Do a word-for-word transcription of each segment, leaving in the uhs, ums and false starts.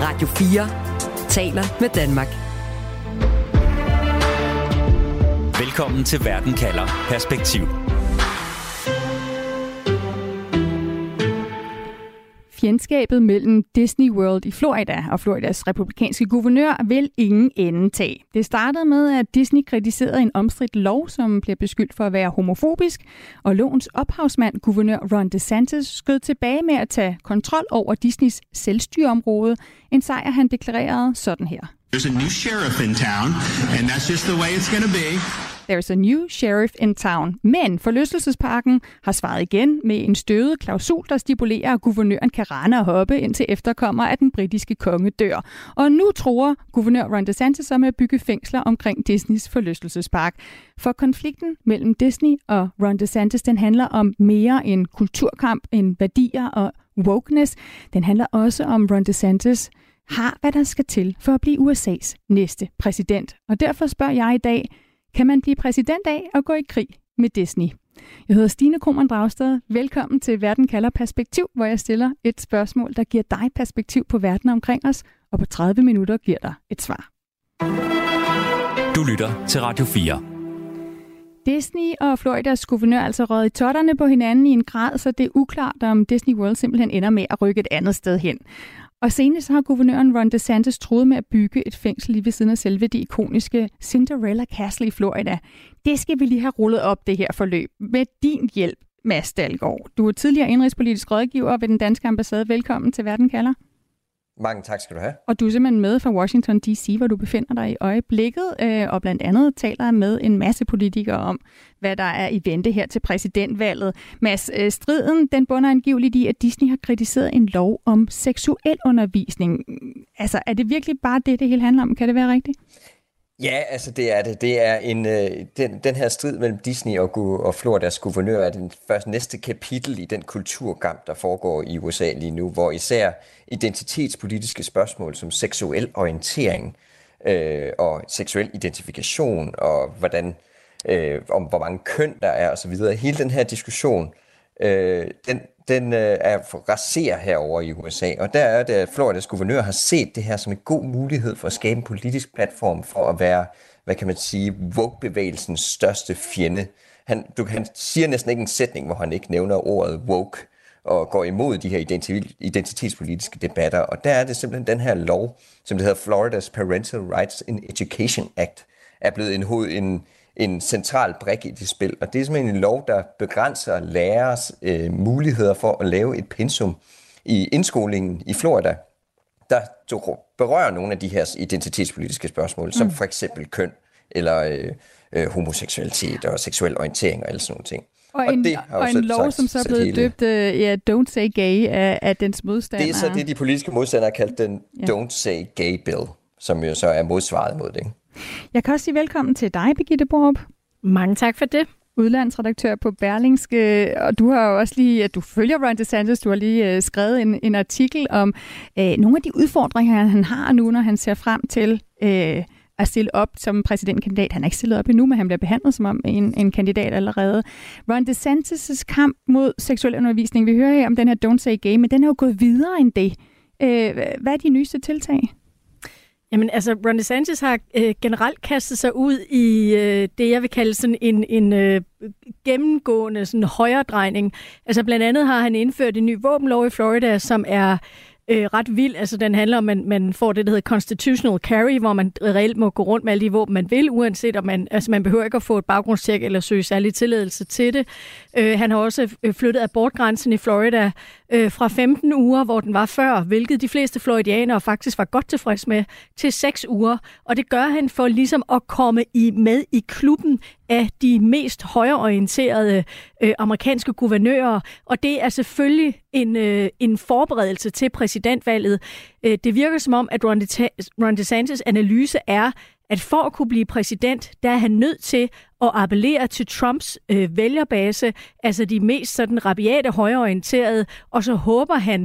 Radio fire taler med Danmark. Velkommen til Verden kalder Perspektiv. Fjendskabet mellem Disney World i Florida og Floridas republikanske guvernør vil ingen ende tage. Det startede med, at Disney kritiserede en omstridt lov, som bliver beskyldt for at være homofobisk, og lovens ophavsmand, guvernør Ron DeSantis, skød tilbage med at tage kontrol over Disneys selvstyreområde. En sejr, han deklarerede sådan her. There's a new sheriff in town, and that's just the way it's going to be. There's a new sheriff in town. Men forlystelsesparken har svaret igen med en støvet klausul, der stipulerer, at guvernøren kan rende og hoppe, indtil efterkommer, at den britiske konge dør. Og nu tror guvernør Ron DeSantis om at bygge fængsler omkring Disneys forlystelsespark. For konflikten mellem Disney og Ron DeSantis, den handler om mere end kulturkamp, end værdier og wokeness. Den handler også om Ron DeSantis har, hvad der skal til for at blive U S A's næste præsident. Og derfor spørger jeg i dag, kan man blive præsident af at gå i krig med Disney? Jeg hedder Stine Krohmann Dragsted. Velkommen til Verden kalder Perspektiv, hvor jeg stiller et spørgsmål, der giver dig perspektiv på verden omkring os, og på tredive minutter giver dig et svar. Du lytter til Radio fire. Disney og Floridas guvernør er altså røget i totterne på hinanden i en grad, så det er uklart, om Disney World simpelthen ender med at rykke et andet sted hen. Og senest har guvernøren Ron DeSantis truet med at bygge et fængsel lige ved siden af selve det ikoniske Cinderella Castle i Florida. Det skal vi lige have rullet op, det her forløb, med din hjælp, Mads Dalgaard. Du er tidligere indrigspolitisk rådgiver ved den danske ambassade. Velkommen til Verden kalder. Mange tak skal du have. Og du er simpelthen med fra Washington D C, hvor du befinder dig i øjeblikket, øh, og blandt andet taler med en masse politikere om, hvad der er i vente her til præsidentvalget. Mads, øh, striden den bunder angiveligt i, at Disney har kritiseret en lov om seksuel undervisning. Altså, er det virkelig bare det, det hele handler om? Kan det være rigtigt? Ja, altså det er det. Det er en øh, den, den her strid mellem Disney og, og Floridas guvernør er den første næste kapitel i den kulturkamp, der foregår i U S A lige nu, hvor især identitetspolitiske spørgsmål som seksuel orientering øh, og seksuel identifikation og hvordan øh, om hvor mange køn der er osv. Hele den her diskussion, øh, den den øh, er for raserer herover i U S A, og der er det, at Floridas guvernør har set det her som en god mulighed for at skabe en politisk platform for at være, hvad kan man sige, woke-bevægelsens største fjende. Han, du, han siger næsten ikke en sætning, hvor han ikke nævner ordet woke og går imod de her identi- identitetspolitiske debatter, og der er det simpelthen den her lov, som det hedder Floridas Parental Rights in Education Act, er blevet en hoved, en en central brik i det spil, og det er simpelthen en lov, der begrænser lærers øh, muligheder for at lave et pensum i indskolingen i Florida, der berører nogle af de her identitetspolitiske spørgsmål, mm. som for eksempel køn, eller øh, øh, homoseksualitet og seksuel orientering og alle sådan nogle ting. Og, og, en, det og en lov, sagt, som så er blevet hele... døbt, uh, ja, Don't Say Gay af, af dens modstandere. Det er så det, de politiske modstandere har kaldt den ja. Don't Say Gay Bill, som jo så er modsvaret mod det. Jeg kan også sige velkommen til dig, Birgitte Borup. Mange tak for det. Udlandsredaktør på Berlingske, og du har jo også lige, at du følger Ron DeSantis, du har lige uh, skrevet en, en artikel om uh, nogle af de udfordringer, han har nu, når han ser frem til uh, at stille op som præsidentkandidat. Han er ikke stillet op endnu, men han bliver behandlet som om en, en kandidat allerede. Ron DeSantis' kamp mod seksuel undervisning, vi hører her om den her Don't Say Gay, men den er jo gået videre end det. Uh, hvad er de nyeste tiltag? Jamen altså, Ron DeSantis har øh, generelt kastet sig ud i øh, det, jeg vil kalde sådan en, en øh, gennemgående sådan højredrejning. Altså blandt andet har han indført en ny våbenlov i Florida, som er øh, ret vild. Altså den handler om, at man, man får det, der hedder constitutional carry, hvor man reelt må gå rundt med alle de våben, man vil, uanset om man, altså man behøver ikke at få et baggrundstjek eller søge særlig tilladelse til det. Øh, han har også flyttet abortgrænsen i Florida øh, fra femten uger, hvor den var før, hvilket de fleste floridianere faktisk var godt tilfreds med, til seks uger. Og det gør han for ligesom at komme i, med i klubben af de mest højreorienterede øh, amerikanske guvernører. Og det er selvfølgelig en, øh, en forberedelse til præsidentvalget. Øh, det virker som om, at Ron, De- Ron DeSantis' analyse er, at for at kunne blive præsident, der er han nødt til at appellere til Trumps øh, vælgerbase, altså de mest sådan rabiate højreorienterede, og så håber han,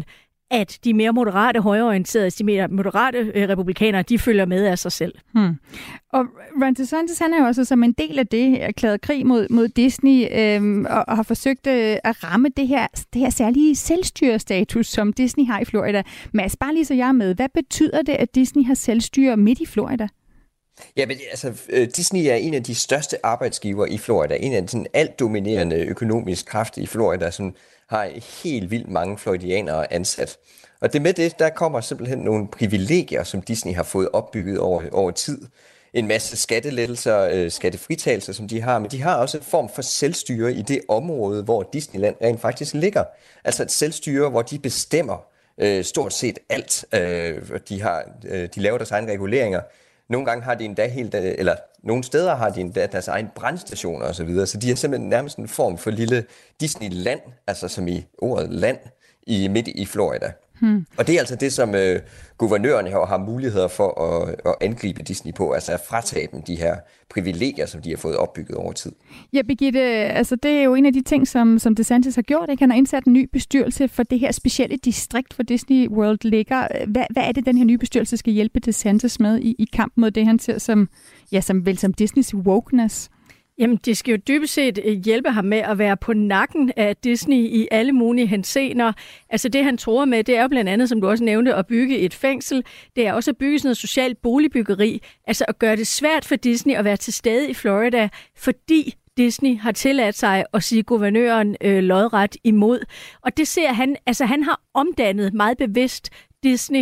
at de mere moderate, højreorienterede, de mere moderate øh, republikanere, de følger med af sig selv. Hmm. Og Ron DeSantis, han er jo også som en del af det erklæret krig mod, mod Disney øh, og, og har forsøgt øh, at ramme det her, det her særlige selvstyrestatus, som Disney har i Florida. Mads, bare lige så jeg er med. Hvad betyder det, at Disney har selvstyre midt i Florida? Ja, men altså, Disney er en af de største arbejdsgiver i Florida. En af de sådan alt dominerende økonomisk kraft i Florida, som har helt vildt mange floridianere ansat. Og det med det, der kommer simpelthen nogle privilegier, som Disney har fået opbygget over, over tid. En masse skattelettelser, skattefritagelser, som de har, men de har også en form for selvstyre i det område, hvor Disneyland rent faktisk ligger. Altså et selvstyre, hvor de bestemmer øh, stort set alt. Øh, de, har, øh, de laver deres egne reguleringer. Nogle gange har de endda helt, eller nogle steder har de endda deres egen brandstationer og så videre, så de er simpelthen nærmest en form for lille Disneyland, altså som i ordet land, i midt i Florida. Hmm. Og det er altså det, som øh, guvernøren har, har muligheder for at, at angribe Disney på, altså at fratage dem de her privilegier, som de har fået opbygget over tid. Ja, Birgitte, altså det er jo en af de ting, som, som DeSantis har gjort. Ikke? Han har indsat en ny bestyrelse for det her specielle distrikt, hvor Disney World ligger. Hvad, hvad er det, den her nye bestyrelse skal hjælpe DeSantis med i, i kampen mod det, han ser som, ja, som, vel som Disneys wokeness? Jamen, det skal jo dybest set hjælpe ham med at være på nakken af Disney i alle mulige henseender. Altså det, han tror med, det er jo blandt andet, som du også nævnte, at bygge et fængsel. Det er også at bygge sådan noget socialt boligbyggeri. Altså at gøre det svært for Disney at være til stede i Florida, fordi Disney har tilladt sig at sige guvernøren øh, lodret imod. Og det ser han, altså han har omdannet meget bevidst Disney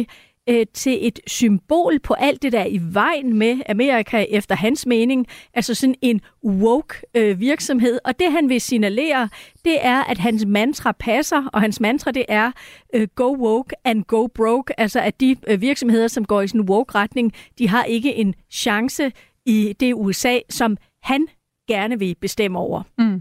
til et symbol på alt det, der er i vejen med Amerika, efter hans mening. Altså sådan en woke øh, virksomhed. Og det, han vil signalere, det er, at hans mantra passer, og hans mantra, det er øh, go woke and go broke. Altså, at de øh, virksomheder, som går i sådan en woke-retning, de har ikke en chance i det U S A, som han gerne vil bestemme over. Mm.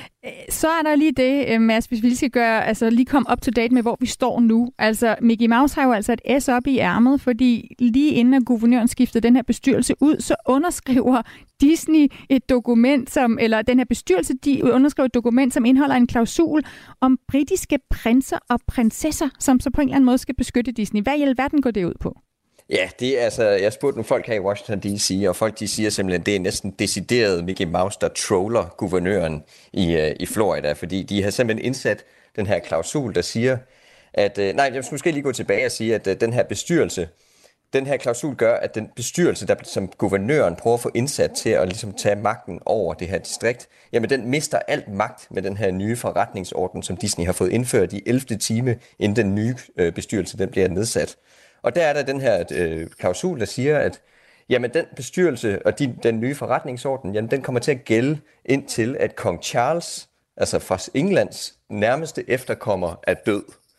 Så er der lige det, Mads, hvis vi lige skal gøre, altså lige komme up to date med, hvor vi står nu. Altså, Mickey Mouse har jo altså et S op i ærmet, fordi lige inden at guvernøren skiftede den her bestyrelse ud, så underskriver Disney et dokument, som, eller den her bestyrelse, de underskriver et dokument, som indeholder en klausul om britiske prinser og prinsesser, som så på en eller anden måde skal beskytte Disney. Hvad i alverden går det ud på? Ja, det er altså, jeg spurgte nogle folk her i Washington D C, og folk de siger simpelthen, at det er næsten decideret Mickey Mouse, der troller guvernøren i, uh, i Florida, fordi de har simpelthen indsat den her klausul, der siger, at, uh, nej, jeg skulle måske lige gå tilbage og sige, at uh, den her bestyrelse, den her klausul gør, at den bestyrelse, der som guvernøren prøver at få indsat til at ligesom tage magten over det her distrikt, jamen den mister alt magt med den her nye forretningsorden, som Disney har fået indført i ellevte time, inden den nye uh, bestyrelse den bliver nedsat. Og der er der den her øh, klausul, der siger, at jamen, den bestyrelse og de, den nye forretningsorden, jamen, den kommer til at gælde indtil, at kong Charles, altså fra Englands nærmeste efterkommer, er død.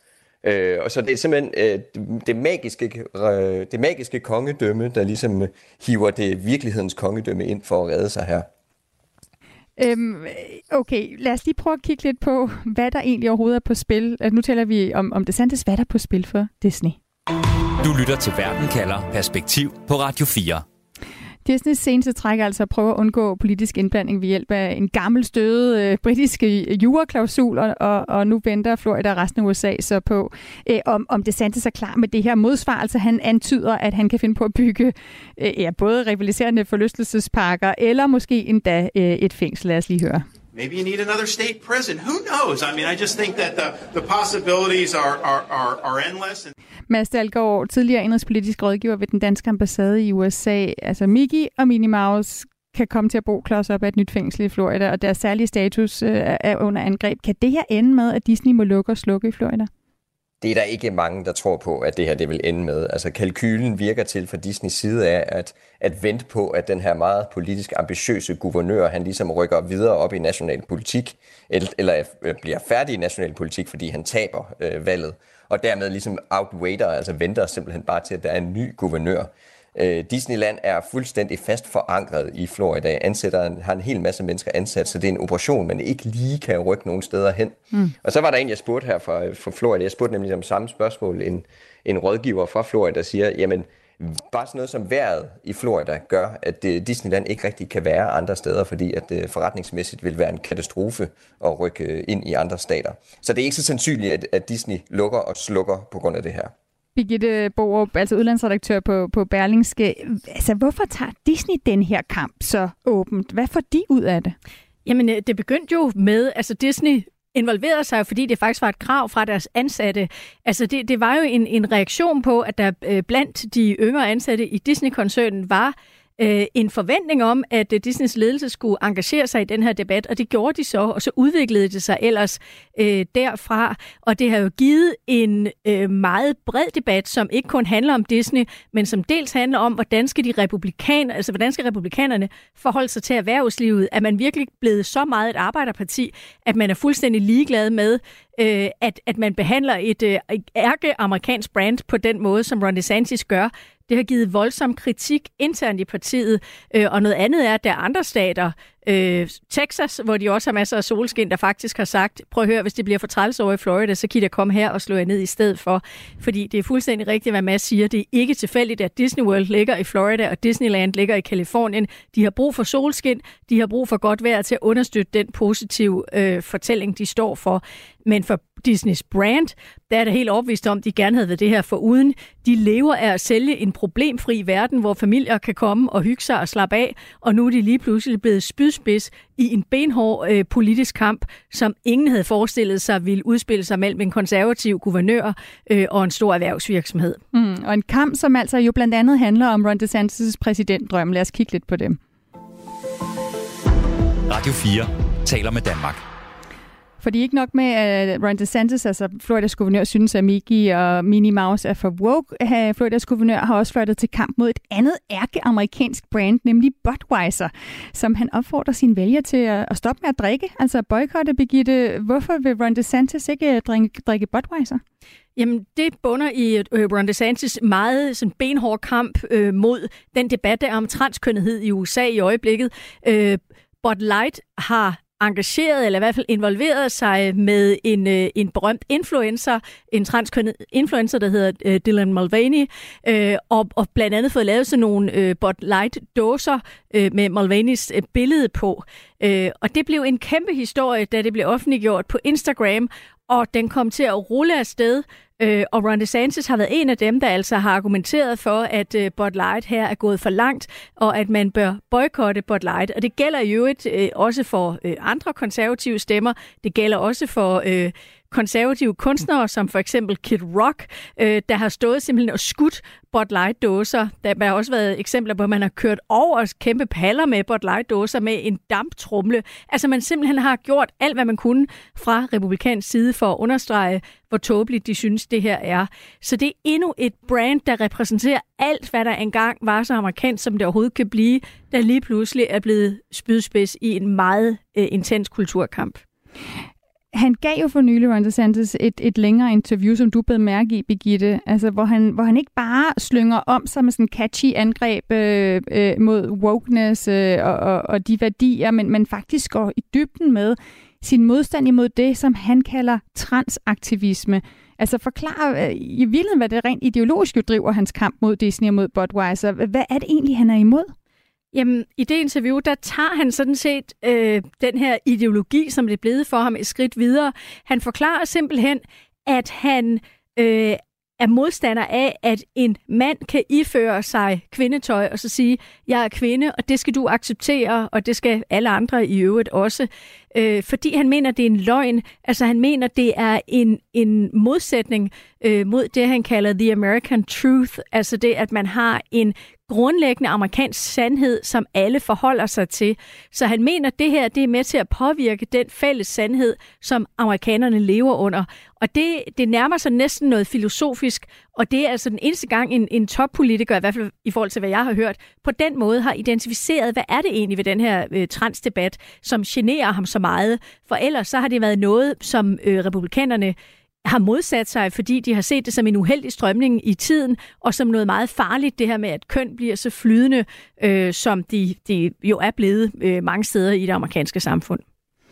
Øh, og så det er simpelthen øh, det, magiske, øh, det magiske kongedømme, der ligesom øh, hiver det virkelighedens kongedømme ind for at redde sig her. Øhm, okay, lad os lige prøve at kigge lidt på, hvad der egentlig overhovedet er på spil. Altså, nu taler vi om, om DeSantis, hvad der er på spil for Disney. Du lytter til Verden kalder Perspektiv på Radio fire. Disneys seneste træk altså at prøve at undgå politisk indblanding ved hjælp af en gammel støde øh, britiske juraklausul, og, og nu venter Florida og resten af U S A så på, øh, om, om DeSantis er klar med det her modsvar. Altså han antyder, at han kan finde på at bygge øh, ja, både rivaliserende forlystelsesparker, eller måske endda øh, et fængsel. Lad os lige høre. Maybe you need another state prison. Who knows? I mean, I just think that the, the possibilities are, are, are, are endless. Mads Dalgaard, tidligere indrigspolitisk rådgiver ved den danske ambassade i U S A. Altså Mickey og Minnie Mouse kan komme til at bo klods op af et nyt fængsel i Florida, og deres særlige status øh, er under angreb. Kan det her ende med, at Disney må lukke og slukke i Florida? Det er der ikke mange, der tror på, at det her det vil ende med. Altså kalkylen virker til fra Disneys side af at, at vente på, at den her meget politisk ambitiøse guvernør, han ligesom rykker videre op i national politik, eller, eller bliver færdig i national politik, fordi han taber øh, valget, og dermed ligesom outwaiter, altså venter simpelthen bare til, at der er en ny guvernør. Øh, Disneyland er fuldstændig fast forankret i Florida. Ansætter har en hel masse mennesker ansat, så det er en operation, man ikke lige kan rykke nogen steder hen. Mm. Og så var der en, jeg spurgte her fra, fra Florida. Jeg spurgte nemlig om samme spørgsmål. En, en rådgiver fra Florida, der siger, jamen bare sådan noget som vejret i Florida gør, at Disneyland ikke rigtig kan være andre steder, fordi at det forretningsmæssigt vil være en katastrofe at rykke ind i andre stater. Så det er ikke så sandsynligt, at Disney lukker og slukker på grund af det her. Birgitte Borup, altså udlandsredaktør på, på Berlingske. Altså, hvorfor tager Disney den her kamp så åbent? Hvad får de ud af det? Jamen, det begyndte jo med, altså Disney involverede sig, fordi det faktisk var et krav fra deres ansatte. Altså det, det var jo en, en reaktion på, at der øh, blandt de yngre ansatte i Disney-koncernen var øh, en forventning om, at øh, Disneys ledelse skulle engagere sig i den her debat, og det gjorde de så, og så udviklede det sig ellers øh, derfra. Og det har jo givet en øh, meget bred debat, som ikke kun handler om Disney, men som dels handler om, hvordan skal de republikaner, altså hvordan skal republikanerne forholde sig til erhvervslivet? Er man virkelig blevet så meget et arbejderparti, at man er fuldstændig ligeglad med, øh, at, at man behandler et øh, ærke-amerikansk brand på den måde, som Ron DeSantis gør? Det har givet voldsom kritik internt i partiet, øh, og noget andet er, at der er andre stater, øh, Texas, hvor de også har masser af solskin, der faktisk har sagt, prøv at høre, hvis det bliver for træls over i Florida, så kan I da komme her og slå jer ned i stedet for. Fordi det er fuldstændig rigtigt, hvad Mads siger. Det er ikke tilfældigt, at Disney World ligger i Florida, og Disneyland ligger i Kalifornien. De har brug for solskin, de har brug for godt vejr til at understøtte den positive øh, fortælling, de står for. Men for Disneys brand, der er det helt overbevist om, at de gerne havde været det her foruden. De lever af at sælge en problemfri verden, hvor familier kan komme og hygge sig og slappe af, og nu er de lige pludselig blevet spydspids i en benhård øh, politisk kamp, som ingen havde forestillet sig ville udspille sig mellem en konservativ guvernør øh, og en stor erhvervsvirksomhed. Mm, og en kamp, som altså jo blandt andet handler om Ron DeSantis' præsidentdrøm. Lad os kigge lidt på dem. Radio fire taler med Danmark. Fordi ikke nok med, at Ron DeSantis, altså Floridas guvernør, synes, at Mickey og Minnie Mouse er for woke. Floridas guvernør har også fløjtet til kamp mod et andet ærke-amerikansk brand, nemlig Budweiser, som han opfordrer sine vælgere til at stoppe med at drikke. Altså boykotte, Birgitte. Hvorfor vil Ron DeSantis ikke drikke, drikke Budweiser? Jamen, det bunder i øh, Ron DeSantis meget sådan, benhård kamp øh, mod den debat, der er om transkønnethed i U S A i øjeblikket. Øh, Bud Light har engageret, eller i hvert fald involveret sig med en, øh, en berømt influencer, en transkønnet influencer, der hedder øh, Dylan Mulvaney, øh, og, og blandt andet fået lavet sådan nogle øh, Bud Light-dåser øh, med Mulvaneys øh, billede på. Øh, og det blev en kæmpe historie, da det blev offentliggjort på Instagram, og den kom til at rulle afsted. Øh, og Ron DeSantis har været en af dem, der altså har argumenteret for, at øh, Bud Light her er gået for langt, og at man bør boykotte Bud Light. Og det gælder jo øh, også for øh, andre konservative stemmer. Det gælder også for øh, konservative kunstnere, som for eksempel Kid Rock, øh, der har stået simpelthen og skudt Bud Light-dåser. Der har også været eksempler på, at man har kørt over kæmpe paller med Bud Light-dåser med en damptrumle. Altså man simpelthen har gjort alt, hvad man kunne fra republikansk side for at understrege, hvor tåbeligt de synes, det her er. Så det er endnu et brand, der repræsenterer alt, hvad der engang var så amerikansk, som det overhovedet kan blive, der lige pludselig er blevet spydspids i en meget øh, intens kulturkamp. Han gav jo for nylig, Ron DeSantis, et, et længere interview, som du bed mærke i, Birgitte, altså, hvor, han, hvor han ikke bare slynger om sig med sådan catchy angreb øh, øh, mod wokeness øh, og, og, og de værdier, men, men faktisk går i dybden med sin modstand imod det, som han kalder transaktivisme. Altså forklar øh, i virkeligheden, hvad det rent ideologisk driver hans kamp mod Disney og mod Budweiser. Hvad er det egentlig, han er imod? Jamen, i det interview, der tager han sådan set øh, den her ideologi, som det er blevet for ham, et skridt videre. Han forklarer simpelthen, at han øh, er modstander af, at en mand kan iføre sig kvindetøj og så sige, jeg er kvinde, og det skal du acceptere, og det skal alle andre i øvrigt også. Øh, fordi han mener, det er en løgn. Altså han mener, det er en, en modsætning øh, mod det, han kalder the American truth. Altså det, at man har en grundlæggende amerikansk sandhed, som alle forholder sig til. Så han mener, at det her det er med til at påvirke den fælles sandhed, som amerikanerne lever under. Og det, det nærmer sig næsten noget filosofisk, og det er altså den eneste gang, en, en toppolitiker, i hvert fald i forhold til, hvad jeg har hørt, på den måde har identificeret, hvad er det egentlig ved den her øh, transdebat, som generer ham så meget. For ellers så har det været noget, som øh, republikanerne har modsat sig, fordi de har set det som en uheldig strømning i tiden, og som noget meget farligt, det her med, at køn bliver så flydende, øh, som de, de jo er blevet øh, mange steder i det amerikanske samfund.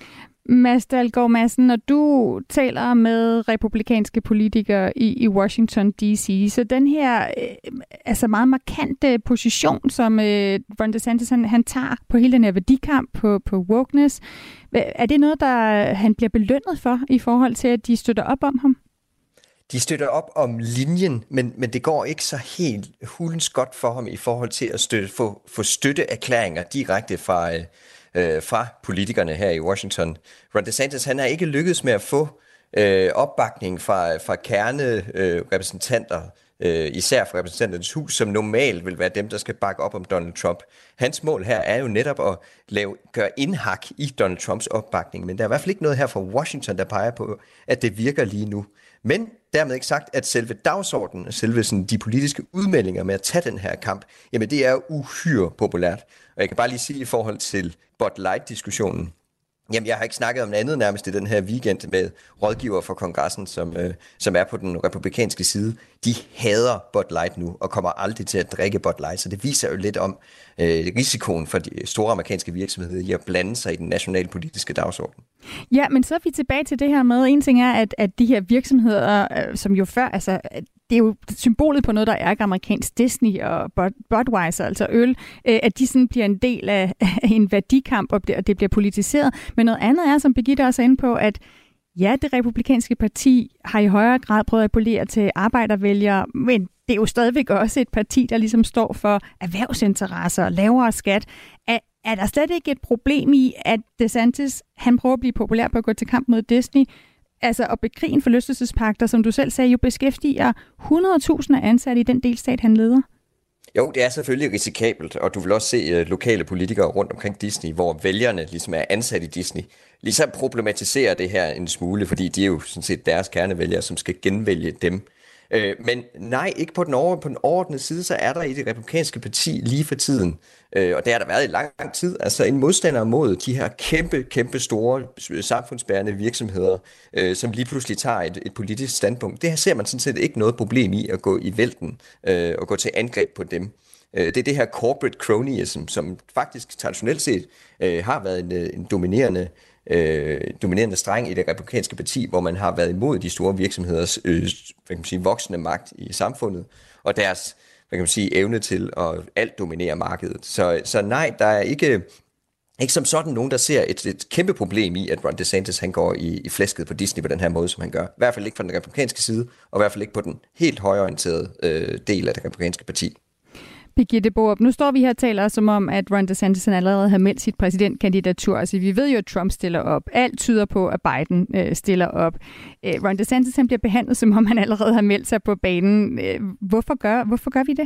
Mads Dalgaard Madsen, når du taler med republikanske politikere i, i Washington D C, så den her øh, altså meget markante position, som øh, Ron DeSantis han, han tager på hele den her værdikamp på, på wokeness, er det noget, der han bliver belønnet for i forhold til, at de støtter op om ham? De støtter op om linjen, men, men det går ikke så helt hulens godt for ham i forhold til at støtte, få, få støtteerklæringer direkte fra, øh, fra politikerne her i Washington. Ron DeSantis han har ikke lykkedes med at få øh, opbakning fra, fra kernerepræsentanter, øh, især fra repræsentanternes hus, som normalt vil være dem, der skal bakke op om Donald Trump. Hans mål her er jo netop at lave, gøre indhak i Donald Trumps opbakning, men der er i hvert fald ikke noget her fra Washington, der peger på, at det virker lige nu. Men dermed ikke sagt, at selve dagsordenen, selve sådan de politiske udmeldinger med at tage den her kamp, jamen det er uhyre populært. Og jeg kan bare lige sige i forhold til Bud Light-diskussionen, jamen jeg har ikke snakket om andet nærmest i den her weekend med rådgivere for kongressen, som, øh, som er på den republikanske side. De hader Bud Light nu og kommer aldrig til at drikke Bud Light, så det viser jo lidt om øh, risikoen for de store amerikanske virksomheder i at blande sig i den nationalpolitiske dagsorden. Ja, men så er vi tilbage til det her med, en ting er, at, at de her virksomheder, øh, som jo før, altså det er jo symbolet på noget, der er amerikansk, Disney og Budweiser, altså øl, øh, at de sådan bliver en del af, af en værdikamp, og det, og det bliver politiseret. Men noget andet er, som Birgitte også er inde på, at ja, det republikanske parti har i højere grad prøvet at appellere til arbejdervælgere, men det er jo stadigvæk også et parti, der ligesom står for erhvervsinteresser og lavere skat. Er, er der slet ikke et problem i, at DeSantis, han prøver at blive populær på at gå til kamp mod Disney, altså at bekrige en forlystelsespark, der, som du selv sagde, jo beskæftiger hundrede tusind ansatte i den delstat, han leder? Jo, det er selvfølgelig risikabelt, og du vil også se uh, lokale politikere rundt omkring Disney, hvor vælgerne ligesom er ansat i Disney, ligesom problematiserer det her en smule, fordi de er jo sådan set deres kernevælgere, som skal genvælge dem. Øh, men nej, ikke på den, over, på den overordnede side, så er der i det republikanske parti lige for tiden, øh, og det har der været i lang, lang tid, altså en modstander mod de her kæmpe, kæmpe store samfundsbærende virksomheder, øh, som lige pludselig tager et, et politisk standpunkt. Det her ser man sådan set ikke noget problem i at gå i vælten øh, og gå til angreb på dem. Det er det her corporate cronyism, som faktisk traditionelt set øh, har været en, en dominerende, øh, dominerende streng i det republikanske parti, hvor man har været imod de store virksomheders øh, hvad kan man sige, voksende magt i samfundet, og deres hvad kan man sige, evne til at alt dominere markedet. Så, så nej, der er ikke, ikke som sådan nogen, der ser et, et kæmpe problem i, at Ron DeSantis han går i, i flæsket på Disney på den her måde, som han gør. I hvert fald ikke fra den republikanske side, og i hvert fald ikke på den helt højreorienterede øh, del af det republikanske parti. Birgitte Borup, nu står vi her og taler som om, at Ron DeSantis allerede har meldt sit præsidentkandidatur. Altså, vi ved jo, at Trump stiller op. Alt tyder på, at Biden øh, stiller op. Øh, Ron DeSantis han bliver behandlet, som om han allerede har meldt sig på banen. Øh, hvorfor, gør, hvorfor gør vi det?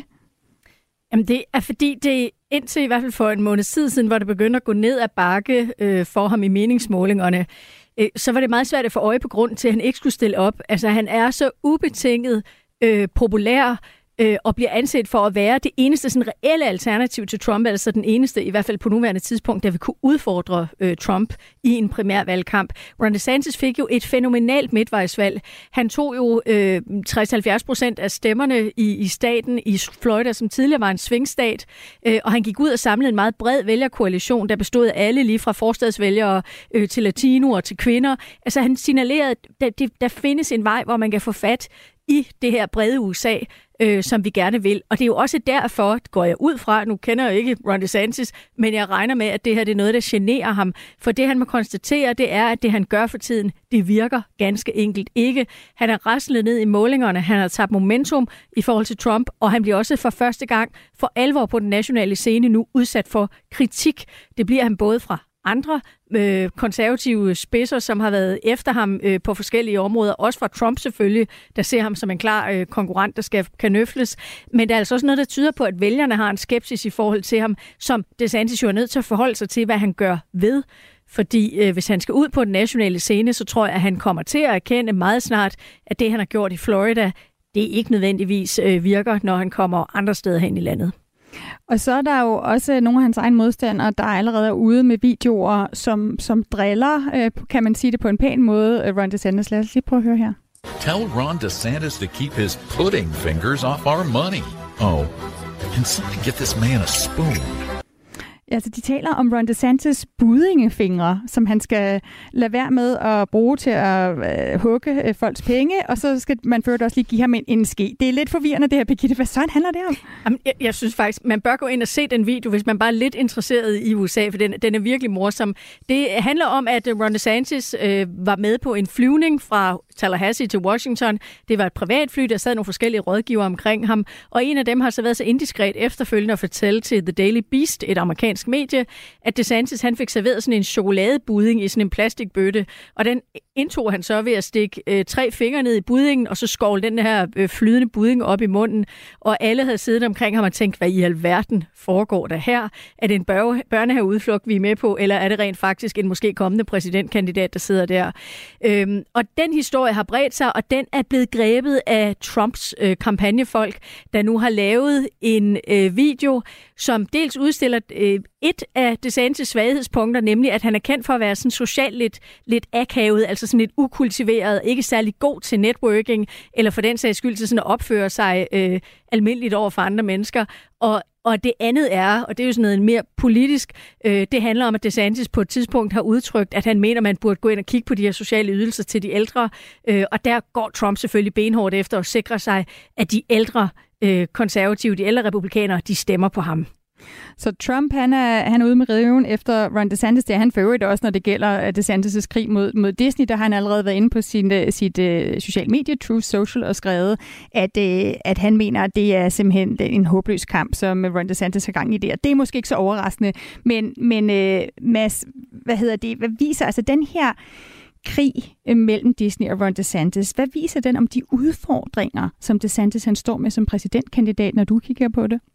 Jamen, det er fordi, det indtil i hvert fald for en måned siden, hvor det begyndte at gå ned ad bakke øh, for ham i meningsmålingerne, øh, så var det meget svært at få øje på grund til, at han ikke skulle stille op. Altså, han er så ubetinget øh, populær, øh, og bliver anset for at være det eneste sådan reelle alternativ til Trump, altså den eneste, i hvert fald på nuværende tidspunkt, der vil kunne udfordre øh, Trump i en primærvalgkamp. Ron DeSantis fik jo et fænomenalt midtvejsvalg. Han tog jo øh, tres til halvfjerds procent af stemmerne i, i staten i Florida, som tidligere var en svingstat, øh, og han gik ud og samlede en meget bred vælgerkoalition, der bestod af alle, lige fra forstadsvælgere øh, til latinoer til kvinder. Altså han signalerede, at der, der findes en vej, hvor man kan få fat i det her brede U S A, øh, som vi gerne vil. Og det er jo også derfor, går jeg ud fra, nu kender jeg ikke Ron DeSantis, men jeg regner med, at det her det er noget, der generer ham. For det, han må konstatere, det er, at det, han gør for tiden, det virker ganske enkelt ikke. Han er raslet ned i målingerne, han har tabt momentum i forhold til Trump, og han bliver også for første gang for alvor på den nationale scene nu udsat for kritik. Det bliver han både fra andre øh, konservative spidser, som har været efter ham øh, på forskellige områder, også fra Trump selvfølgelig, der ser ham som en klar øh, konkurrent, der skal kanøfles. Men der er altså også noget, der tyder på, at vælgerne har en skepsis i forhold til ham, som DeSantis jo er nødt til at forholde sig til, hvad han gør ved. Fordi øh, hvis han skal ud på den nationale scene, så tror jeg, at han kommer til at erkende meget snart, at det, han har gjort i Florida, det ikke nødvendigvis øh, virker, når han kommer andre steder hen i landet. Og så er der jo også nogle af hans egne modstandere, der allerede er ude med videoer, som, som driller, øh, kan man sige det på en pæn måde, Ron DeSantis. Lad os lige prøve at høre her. Tell Ron DeSantis to keep his pudding fingers off our money. Oh, can somebody get this man a spoon? Altså, de taler om Ron DeSantis budingefingre, som han skal lade være med at bruge til at øh, hugge øh, folks penge, og så skal man først også lige give ham en, en ske. Det er lidt forvirrende, det her, Birgitte. Hvad sådan handler det om? Jamen, jeg, jeg synes faktisk, man bør gå ind og se den video, hvis man bare er lidt interesseret i U S A, for den, den er virkelig morsom. Det handler om, at Ron DeSantis øh, var med på en flyvning fra Tallahassee til Washington. Det var et privatfly, der sad nogle forskellige rådgivere omkring ham, og en af dem har så været så indiskret efterfølgende at fortælle til The Daily Beast, et amerikansk medie, at DeSantis han fik serveret sådan en chokoladebuding i sådan en plastikbøtte, og den indtog han så ved at stikke øh, tre fingre ned i budingen, og så skovle den her øh, flydende buding op i munden, og alle havde siddet omkring ham og tænkt, hvad i alverden foregår der her? Er det en bør- børnehaveudflugt, vi er med på, eller er det rent faktisk en måske kommende præsidentkandidat, der sidder der? Øhm, og den historie har bredt sig, og den er blevet grebet af Trumps øh, kampagnefolk, der nu har lavet en øh, video, som dels udstiller øh, et af DeSantis svaghedspunkter, nemlig at han er kendt for at være sådan socialt lidt, lidt akavet, altså sådan lidt ukultiveret, ikke særlig god til networking, eller for den sags skyld til sådan at opføre sig øh, almindeligt over for andre mennesker. Og Og det andet er, og det er jo sådan noget mere politisk, øh, det handler om, at DeSantis på et tidspunkt har udtrykt, at han mener, man burde gå ind og kigge på de her sociale ydelser til de ældre. Øh, og der går Trump selvfølgelig benhårdt efter at sikre sig, at de ældre øh, konservative, de ældre republikanere, de stemmer på ham. Så Trump, han er, han er ude med riven efter Ron DeSantis. Det er han for øvrigt også, når det gælder DeSantis' krig mod, mod Disney. Der har han allerede været inde på sin, sit uh, social medie, Truth Social, og skrevet, at, uh, at han mener, at det er simpelthen en håbløs kamp, som Ron DeSantis har gang i det. Og det er måske ikke så overraskende, men, men uh, Mads, hvad hedder det? Hvad viser altså den her krig mellem Disney og Ron DeSantis? Hvad viser den om de udfordringer, som DeSantis han står med som præsidentkandidat, når du kigger på det?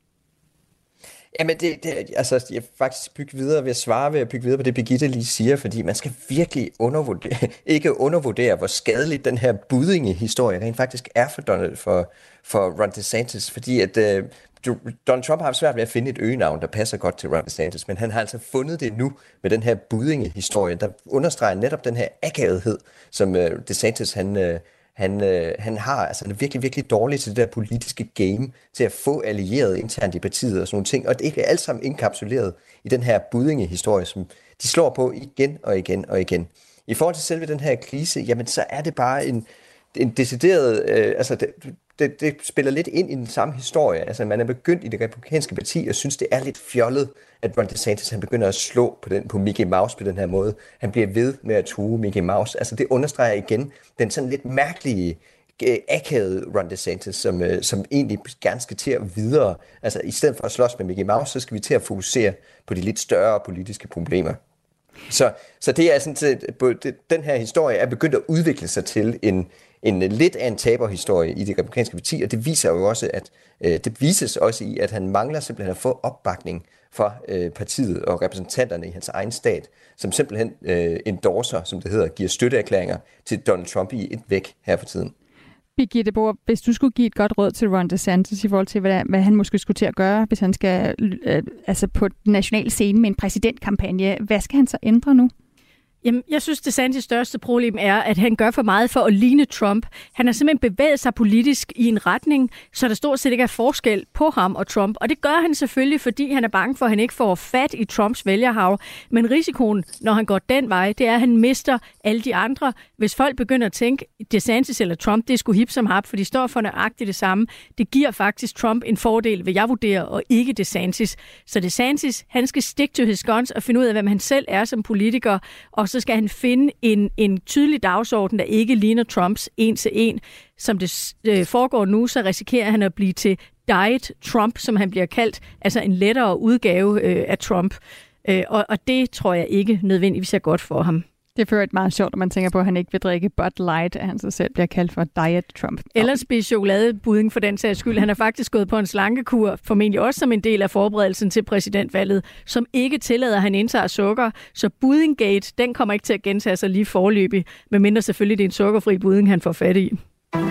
Jamen, det, det, altså, jeg faktisk bygge videre ved at svare ved at bygge videre på det, Birgitte lige siger, fordi man skal virkelig undervurdere, ikke undervurdere, hvor skadelig den her budingehistorie rent faktisk er for Donald, for, for Ron DeSantis, fordi at uh, Donald Trump har haft svært ved at finde et øgenavn, der passer godt til Ron DeSantis, men han har altså fundet det nu med den her budingehistorie, der understreger netop den her akavethed, som uh, DeSantis han... Uh, Han, øh, han har, altså han er virkelig, virkelig dårlig til det der politiske game, til at få allieret internt i partiet og sådan nogle ting, og det ikke er alt sammen indkapsuleret i den her budingehistorie, som de slår på igen og igen og igen. I forhold til selve den her krise, jamen så er det bare en, en decideret, øh, altså det, det, det spiller lidt ind i den samme historie, altså man er begyndt i det republikanske parti og synes, det er lidt fjollet, at Ron DeSantis han begynder at slå på, den, på Mickey Mouse på den her måde. Han bliver ved med at true Mickey Mouse. Altså det understreger igen den sådan lidt mærkelige, akavede Ron DeSantis, som, som egentlig gerne skal til at videre. Altså i stedet for at slås med Mickey Mouse, så skal vi til at fokusere på de lidt større politiske problemer. Så, så det er sådan set, den her historie er begyndt at udvikle sig til en, en lidt af en taberhistorie i det republikanske parti, og det viser jo også, at øh, det vises også i, at han mangler simpelthen at få opbakning fra øh, partiet og repræsentanterne i hans egen stat, som simpelthen øh, endorser, som det hedder, giver støtteerklæringer til Donald Trump i et væk her for tiden. Birgitte Boer, hvis du skulle give et godt råd til Ron DeSantis i forhold til, hvad, hvad han måske skulle til at gøre, hvis han skal øh, altså på den nationale scene med en præsidentkampagne, hvad skal han så ændre nu? Jamen, jeg synes, DeSantis største problem er, at han gør for meget for at ligne Trump. Han har simpelthen bevæget sig politisk i en retning, så der stort set ikke er forskel på ham og Trump. Og det gør han selvfølgelig, fordi han er bange for, at han ikke får fat i Trumps vælgerhav. Men risikoen, når han går den vej, det er, at han mister alle de andre. Hvis folk begynder at tænke, DeSantis eller Trump, det er sgu hip som hap, for de står for nøjagtigt det samme. Det giver faktisk Trump en fordel, vil jeg vurdere, og ikke DeSantis. Så DeSantis, han skal stick to his guns og finde ud af, hvem han selv er som politiker, og så skal han finde en, en tydelig dagsorden, der ikke ligner Trumps en til en. Som det øh, foregår nu, så risikerer han at blive til Diet Trump, som han bliver kaldt, altså en lettere udgave øh, af Trump. Øh, og, og det tror jeg ikke nødvendigvis er godt for ham. Det fører et meget sjovt, når man tænker på, at han ikke vil drikke Bud Light, at han så selv bliver kaldt for Diet Trump. Eller spise chokoladebuding for den sags skyld. Han er faktisk gået på en slankekur, formentlig også som en del af forberedelsen til præsidentvalget, som ikke tillader, at han indtager sukker. Så Budinggate, den kommer ikke til at gentage sig lige forløbig, medmindre selvfølgelig det er en sukkerfri buding, han får fat i.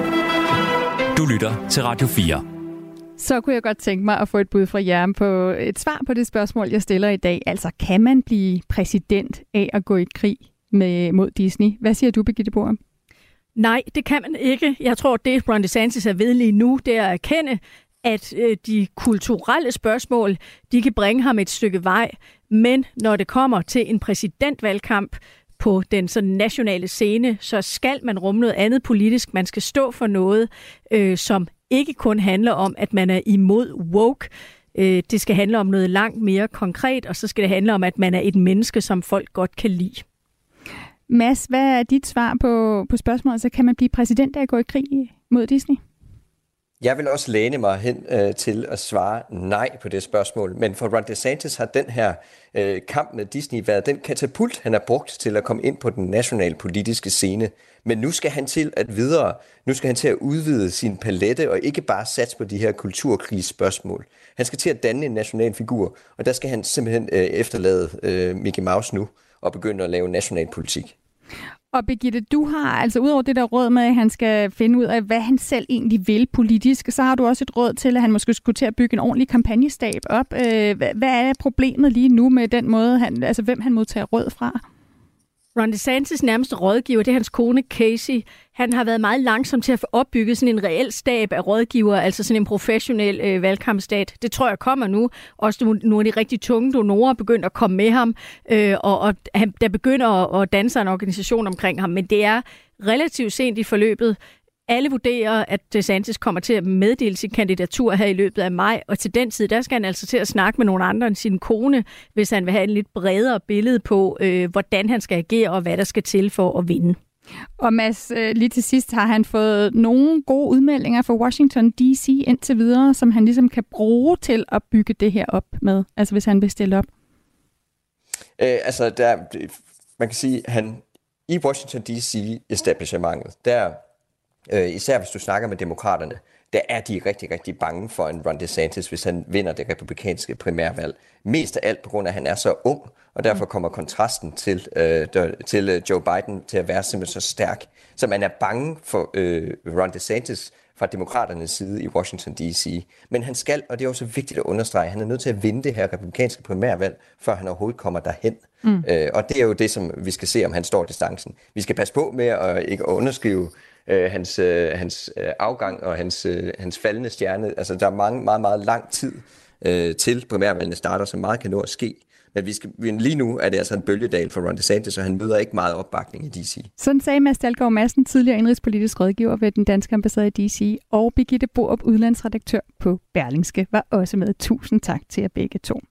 Du lytter til Radio fire. Så kunne jeg godt tænke mig at få et bud fra jer på et svar på det spørgsmål, jeg stiller i dag. Altså, kan man blive præsident af at gå i krig med, mod Disney? Hvad siger du, Birgitte Boer? Nej, det kan man ikke. Jeg tror, det Ron DeSantis er ved lige nu, det er at erkende, at øh, de kulturelle spørgsmål, de kan bringe ham et stykke vej, men når det kommer til en præsidentvalgkamp på den sådan nationale scene, så skal man rumme noget andet politisk. Man skal stå for noget, øh, som ikke kun handler om, at man er imod woke. Øh, det skal handle om noget langt mere konkret, og så skal det handle om, at man er et menneske, som folk godt kan lide. Mads, hvad er dit svar på, på spørgsmålet? Så kan man blive præsident af at gå i krig mod Disney? Jeg vil også læne mig hen øh, til at svare nej på det spørgsmål, men for Ron DeSantis har den her øh, kamp med Disney været den katapult, han har brugt til at komme ind på den nationale politiske scene. Men nu skal han til at videre, nu skal han til at udvide sin palette og ikke bare satse på de her kulturkrigsspørgsmål. Han skal til at danne en national figur, og der skal han simpelthen øh, efterlade øh, Mickey Mouse nu og begynde at lave national politik. Og Birgitte, du har altså udover det der råd med, at han skal finde ud af, hvad han selv egentlig vil politisk, så har du også et råd til, at han måske skulle til at bygge en ordentlig kampagnestab op. Hvad er problemet lige nu med den måde, han, altså hvem han modtager råd fra? Ron DeSantis nærmeste rådgiver, det er hans kone Casey. Han har været meget langsom til at få opbygget sådan en reel stab af rådgivere, altså sådan en professionel øh, valgkampstat. Det tror jeg kommer nu. Også nogle af de rigtig tunge donorer begynder at komme med ham, øh, og, og han, der begynder at, at danne sig en organisation omkring ham. Men det er relativt sent i forløbet. Alle vurderer, at DeSantis kommer til at meddele sin kandidatur her i løbet af maj, og til den tid, der skal han altså til at snakke med nogle andre end sin kone, hvis han vil have en lidt bredere billede på, øh, hvordan han skal agere og hvad der skal til for at vinde. Og Mads, lige til sidst har han fået nogle gode udmeldinger fra Washington D C indtil videre, som han ligesom kan bruge til at bygge det her op med, altså hvis han vil stille op. Øh, altså, der, man kan sige, han i Washington D C-establishmentet, der Øh, især hvis du snakker med demokraterne, der er de rigtig, rigtig bange for en Ron DeSantis, hvis han vinder det republikanske primærvalg. Mest af alt på grund af, at han er så ung, og derfor kommer kontrasten til, øh, der, til Joe Biden til at være simpelthen så stærk. Så man er bange for øh, Ron DeSantis fra demokraternes side i Washington D C. Men han skal, og det er også vigtigt at understrege, han er nødt til at vinde det her republikanske primærvalg, før han overhovedet kommer derhen. Mm. Øh, og det er jo det, som vi skal se, om han står distancen. Vi skal passe på med at ikke at underskrive Øh, hans, øh, hans øh, afgang og hans, øh, hans faldende stjerne. Altså, der er mange, meget, meget lang tid øh, til primærvalgene starter, så meget kan nå at ske. Men vi skal, lige nu er det altså en bølgedal for Ron DeSantis, og han møder ikke meget opbakning i D C. Sådan sagde Mads Dalgaard Madsen, tidligere indrigspolitisk rådgiver ved den danske ambassade i D C, og Birgitte Borup, udlandsredaktør på Berlingske, var også med. Tusind tak til jer begge to.